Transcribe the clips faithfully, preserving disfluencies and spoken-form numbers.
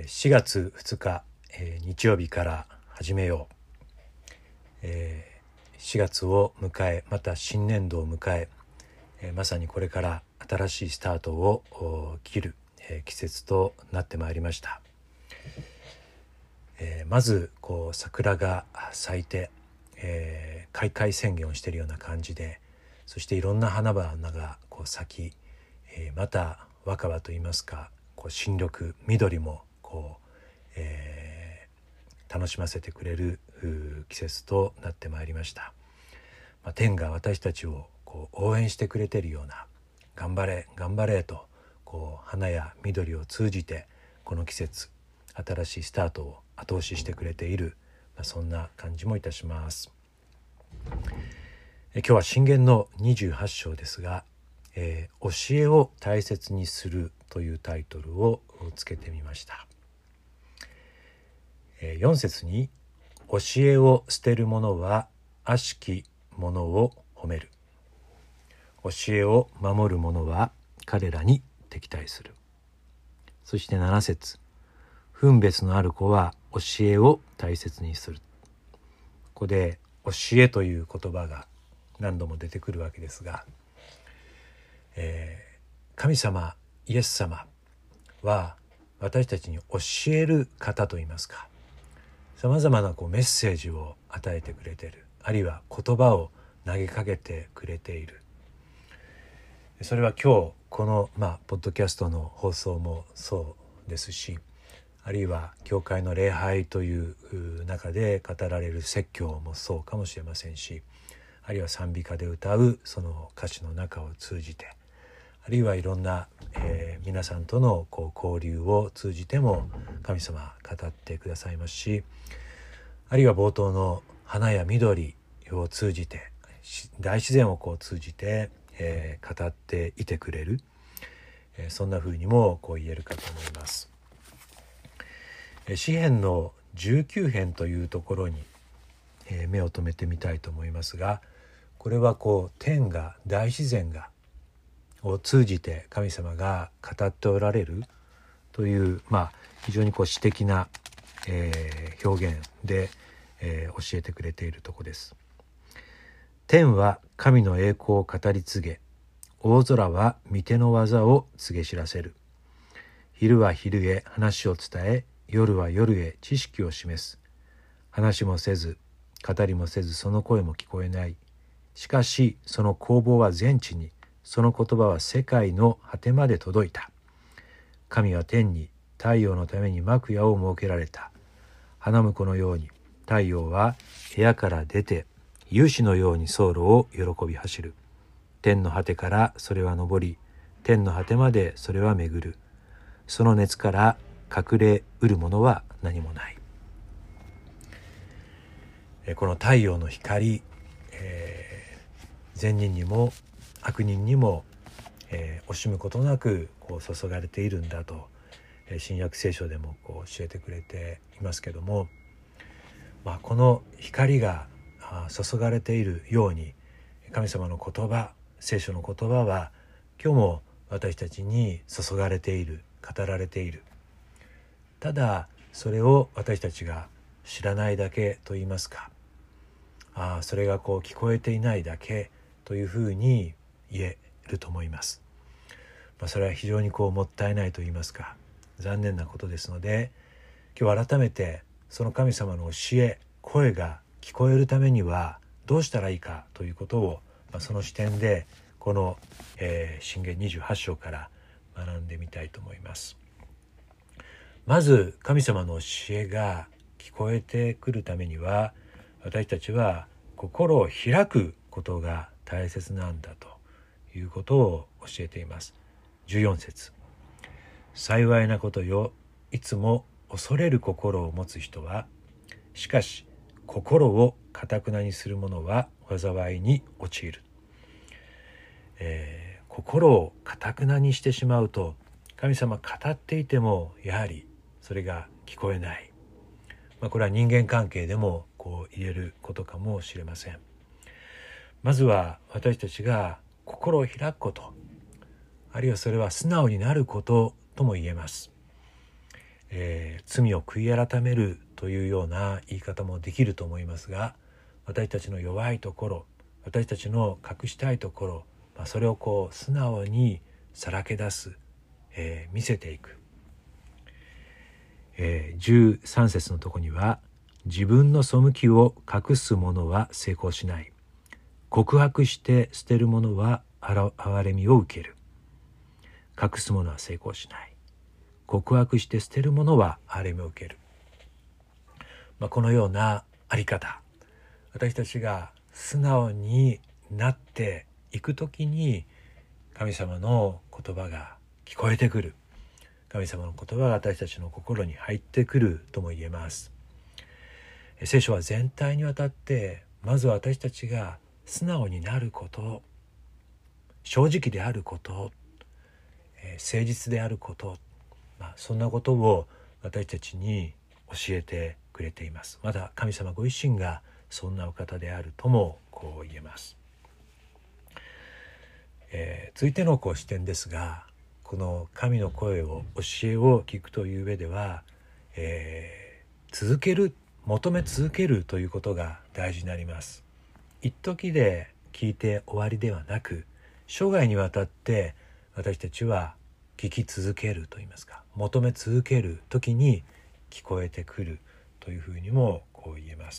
しがつふつか、えー、日曜日から始めよう、えー、しがつを迎え、また新年度を迎え、えー、まさにこれから新しいスタートを切る、えー、季節となってまいりました。えー、まずこう桜が咲いて、えー、開会宣言をしているような感じで、そしていろんな花々がこう咲き、えー、また若葉といいますか、こう新緑、緑もこう、えー、楽しませてくれる季節となってまいりました。まあ、天が私たちをこう応援してくれているような、頑張れ頑張れとこう花や緑を通じてこの季節、新しいスタートを後押ししてくれている、まあ、そんな感じもいたします。え今日は箴言のにじゅうはち章ですが、えー、教えを大切にするというタイトルをつけてみました。えー、よん節に、教えを捨てる者は悪しき者を褒める。教えを守る者は彼らに敵対する。そしてなな節、分別のある子は教えを大切にする。ここで教えという言葉が何度も出てくるわけですが、えー、神様イエス様は私たちに教える方といいますか、さまざまなこうメッセージを与えてくれている、あるいは言葉を投げかけてくれている。それは今日この、まあ、ポッドキャストの放送もそうですし、あるいは教会の礼拝という中で語られる説教もそうかもしれませんし、あるいは賛美歌で歌うその歌詞の中を通じて、あるいはいろんな、えー、皆さんとのこう交流を通じても神様語ってくださいますし、あるいは冒頭の花や緑を通じて、大自然をこう通じて、えー、語っていてくれる、えー、そんな風にもこう言えるかと思います。詩編のじゅうきゅう編というところに、えー、目を留めてみたいと思いますが、これはこう天が、大自然がを通じて神様が語っておられるという、まあ、非常にこう詩的な、えー、表現で、えー、教えてくれているところです。天は神の栄光を語り継げ、大空は御手の技を告げ知らせる。昼は昼へ話を伝え、夜は夜へ知識を示す。話もせず、語りもせず、その声も聞こえない。しかしその攻防は全地に、その言葉は世界の果てまで届いた。神は天に太陽のために幕屋を設けられた。花婿のように太陽は部屋から出て、勇士のように走路を喜び走る。天の果てからそれは昇り、天の果てまでそれは巡る。その熱から隠れうるものは何もない。この太陽の光、えー、善人にも悪人にも、えー、惜しむことなくこう注がれているんだと、えー、新約聖書でもこう教えてくれていますけども、まあ、この光が注がれているように、神様の言葉、聖書の言葉は今日も私たちに注がれている、語られている。ただそれを私たちが知らないだけといいますか、ああそれがこう聞こえていないだけというふうに言えると思います。まあ、それは非常にこうもったいないといいますか、残念なことですので、今日改めてその神様の教え、声が聞こえるためにはどうしたらいいかということを、まあ、その視点でこの、えー、箴言にじゅうはち章から学んでみたいと思います。まず神様の教えが聞こえてくるためには、私たちは心を開くことが大切なんだということを教えています。じゅうよん節、幸いなことよ、いつも恐れる心を持つ人は、しかし心を堅なにする者は災いに陥る。えー、心を堅なにしてしまうと、神様語っていてもやはりそれが聞こえない、まあ、これは人間関係でもこう言えることかもしれません。まずは私たちが心を開くこと、あるいはそれは素直になることとも言えます。 えー、罪を悔い改めるというような言い方もできると思いますが、私たちの弱いところ、私たちの隠したいところ、まあ、それをこう素直にさらけ出す、えー、見せていく、えー、じゅうさん節のところには、自分の背きを隠す者は成功しない、告白して捨てる者は憐れみを受ける。隠す者は成功しない、告白して捨てる者は憐れみを受ける。まあ、このようなあり方、私たちが素直になっていくときに、神様の言葉が聞こえてくる、神様の言葉が私たちの心に入ってくるとも言えます。聖書は全体にわたって、まずは私たちが素直になること、正直であること、誠実であること、まあ、そんなことを私たちに教えてくれています。まだ神様ご自身がそんなお方であるともこう言えます。えー、続いてのこう視点ですが、この神の声を、教えを聞くという上では、えー、続ける、求め続けるということが大事になります。一時で聞いて終わりではなく、生涯にわたって私たちは聞き続けるといいますか、求め続ける時に聞こえてくるというふうにもこう言えます。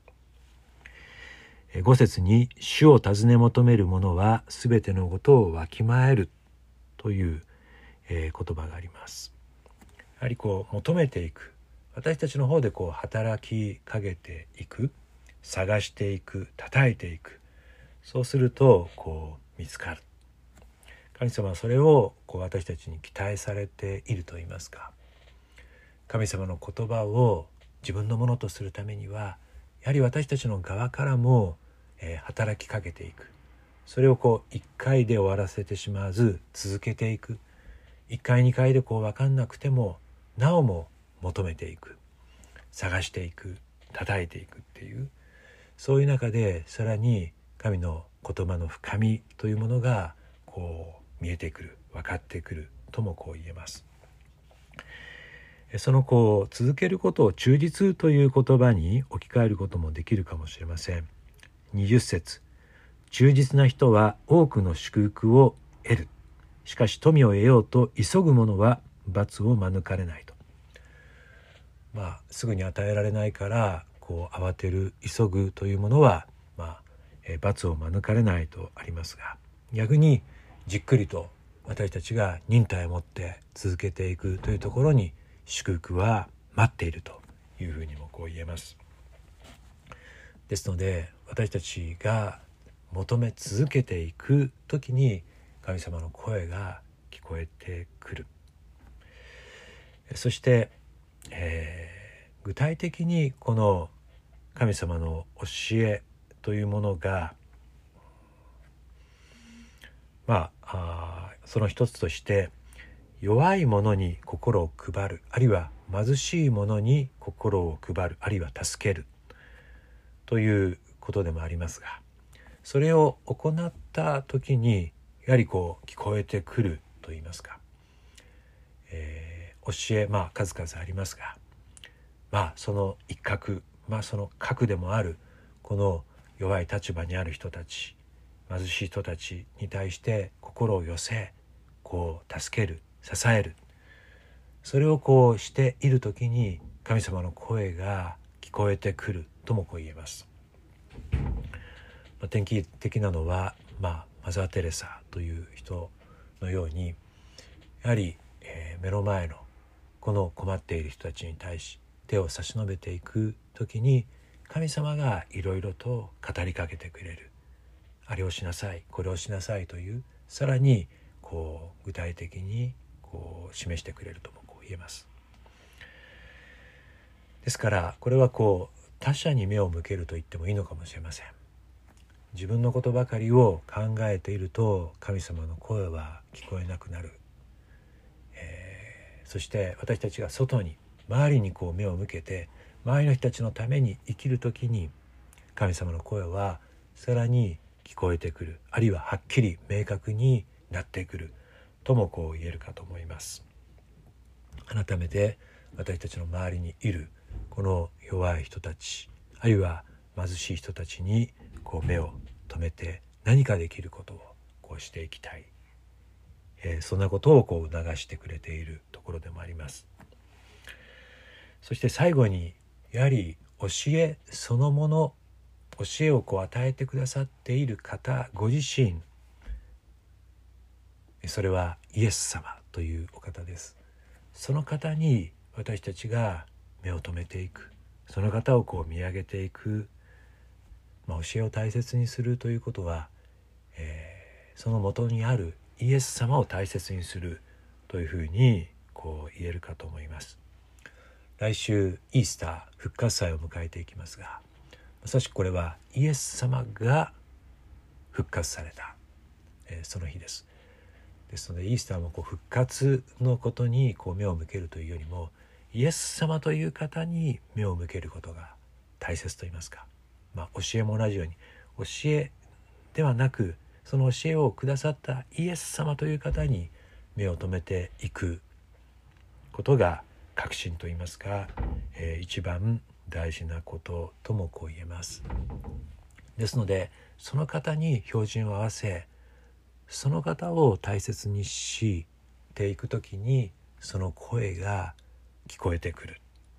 ご節に、主を尋ね求める者はすべてのことをわきまえるという、えー、言葉があります。やはりこう求めていく、私たちの方でこう働きかけていく、探していく、叩いていく、そうするとこう見つかる。神様はそれをこう私たちに期待されているといいますか、神様の言葉を自分のものとするためには、やはり私たちの側からも、えー、働きかけていく。それをこう一回で終わらせてしまわず続けていく。一回二回でこう分かんなくてもなおも求めていく、探していく、叩いていくっていう、そういう中でさらに神の言葉の深みというものがこう見えてくる、分かってくるともこう言えます。そのこう続けることを忠実という言葉に置き換えることもできるかもしれません。にじゅっ節、忠実な人は多くの祝福を得る。しかし富を得ようと急ぐ者は罰を免れないと。まあすぐに与えられないからこう慌てる、急ぐというものは、まあ、え罰を免れないとありますが、逆にじっくりと私たちが忍耐を持って続けていくというところに祝福は待っているというふうにもこう言えます。ですので私たちが求め続けていくときに神様の声が聞こえてくる。そして、えー、具体的にこの神様の教えというものが、まあ、あその一つとして弱い者に心を配る、あるいは貧しい者に心を配る、あるいは助けるということでもありますが、それを行った時にやはりこう聞こえてくるといいますか、えー、教え、まあ数々ありますが、まあその一角、まあその核でもあるこの弱い立場にある人たち、貧しい人たちに対して心を寄せ、こう助ける、支える、それをこうしているときに神様の声が聞こえてくるともこう言えます。まあ、典型的なのは、まあ、マザー・テレサという人のように、やはり、えー、目の前のこの困っている人たちに対し手を差し伸べていくときに神様がいろいろと語りかけてくれる。あれをしなさい、これをしなさいという、さらにこう具体的にこう示してくれるともこう言えます。ですからこれはこう他者に目を向けると言ってもいいのかもしれません。自分のことばかりを考えていると神様の声は聞こえなくなる、えー、そして私たちが外に周りにこう目を向けて周りの人たちのために生きるときに神様の声はさらに聞こえてくる、あるいははっきり明確になってくるともこう言えるかと思います。改めて私たちの周りにいるこの弱い人たち、あるいは貧しい人たちにこう目を留めて何かできることをこうしていきたい、えー、そんなことをこう促してくれているところでもあります。そして最後にやはり教えそのもの、教えをこう与えてくださっている方ご自身、それはイエス様というお方です。その方に私たちが目を留めていく、その方をこう見上げていく、まあ、教えを大切にするということは、えー、その元にあるイエス様を大切にするというふうにこう言えるかと思います。来週イースター復活祭を迎えていきますが、まさしくこれはイエス様が復活された、えー、その日です。ですのでイースターもこう復活のことにこう目を向けるというよりも、イエス様という方に目を向けることが大切といいますか、まあ、教えも同じように教えではなく、その教えをくださったイエス様という方に目を留めていくことが確信といいますか、えー、一番大事なことともこう言えます。ですのでその方に標準を合わせ、その方を大切にしていくときにその声が聞こえてくる。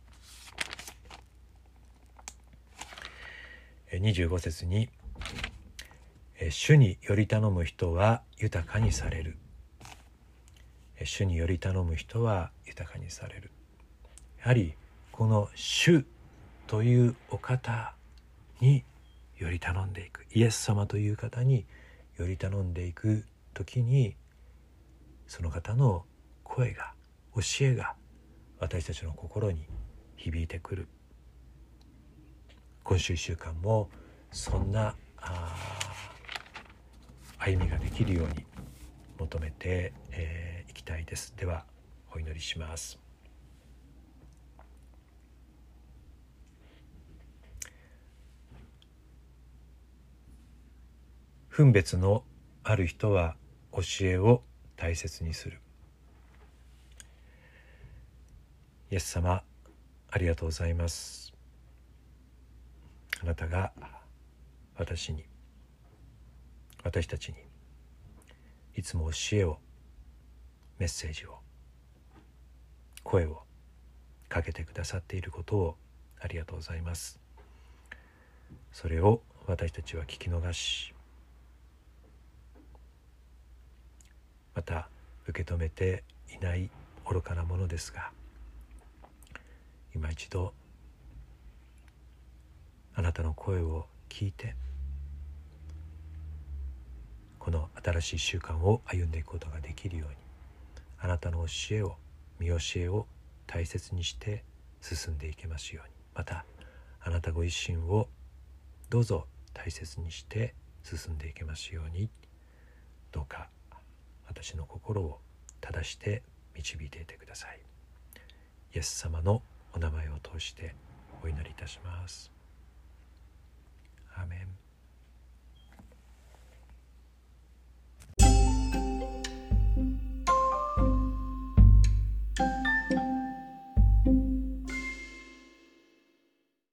にじゅうご節に、主により頼む人は豊かにされる。主により頼む人は豊かにされる。やはりこの主というお方により頼んでいく、イエス様という方により頼んでいくときに、その方の声が、教えが私たちの心に響いてくる。今週いっしゅうかんもそんな歩みができるように求めてい、えー、きたいです。ではお祈りします。分別のある人は教えを大切にする。イエス様、ありがとうございます。あなたが私に、私たちにいつも教えを、メッセージを、声をかけてくださっていることをありがとうございます。それを私たちは聞き逃し、また受け止めていない愚かなものですが、今一度あなたの声を聞いて、この新しい習慣を歩んでいくことができるように、あなたの教えを、見教えを大切にして進んでいけますように、またあなたご自身をどうぞ大切にして進んでいけますように、どうか私の心を正して導いていてください。イエス様のお名前を通してお祈りいたします。アーメン。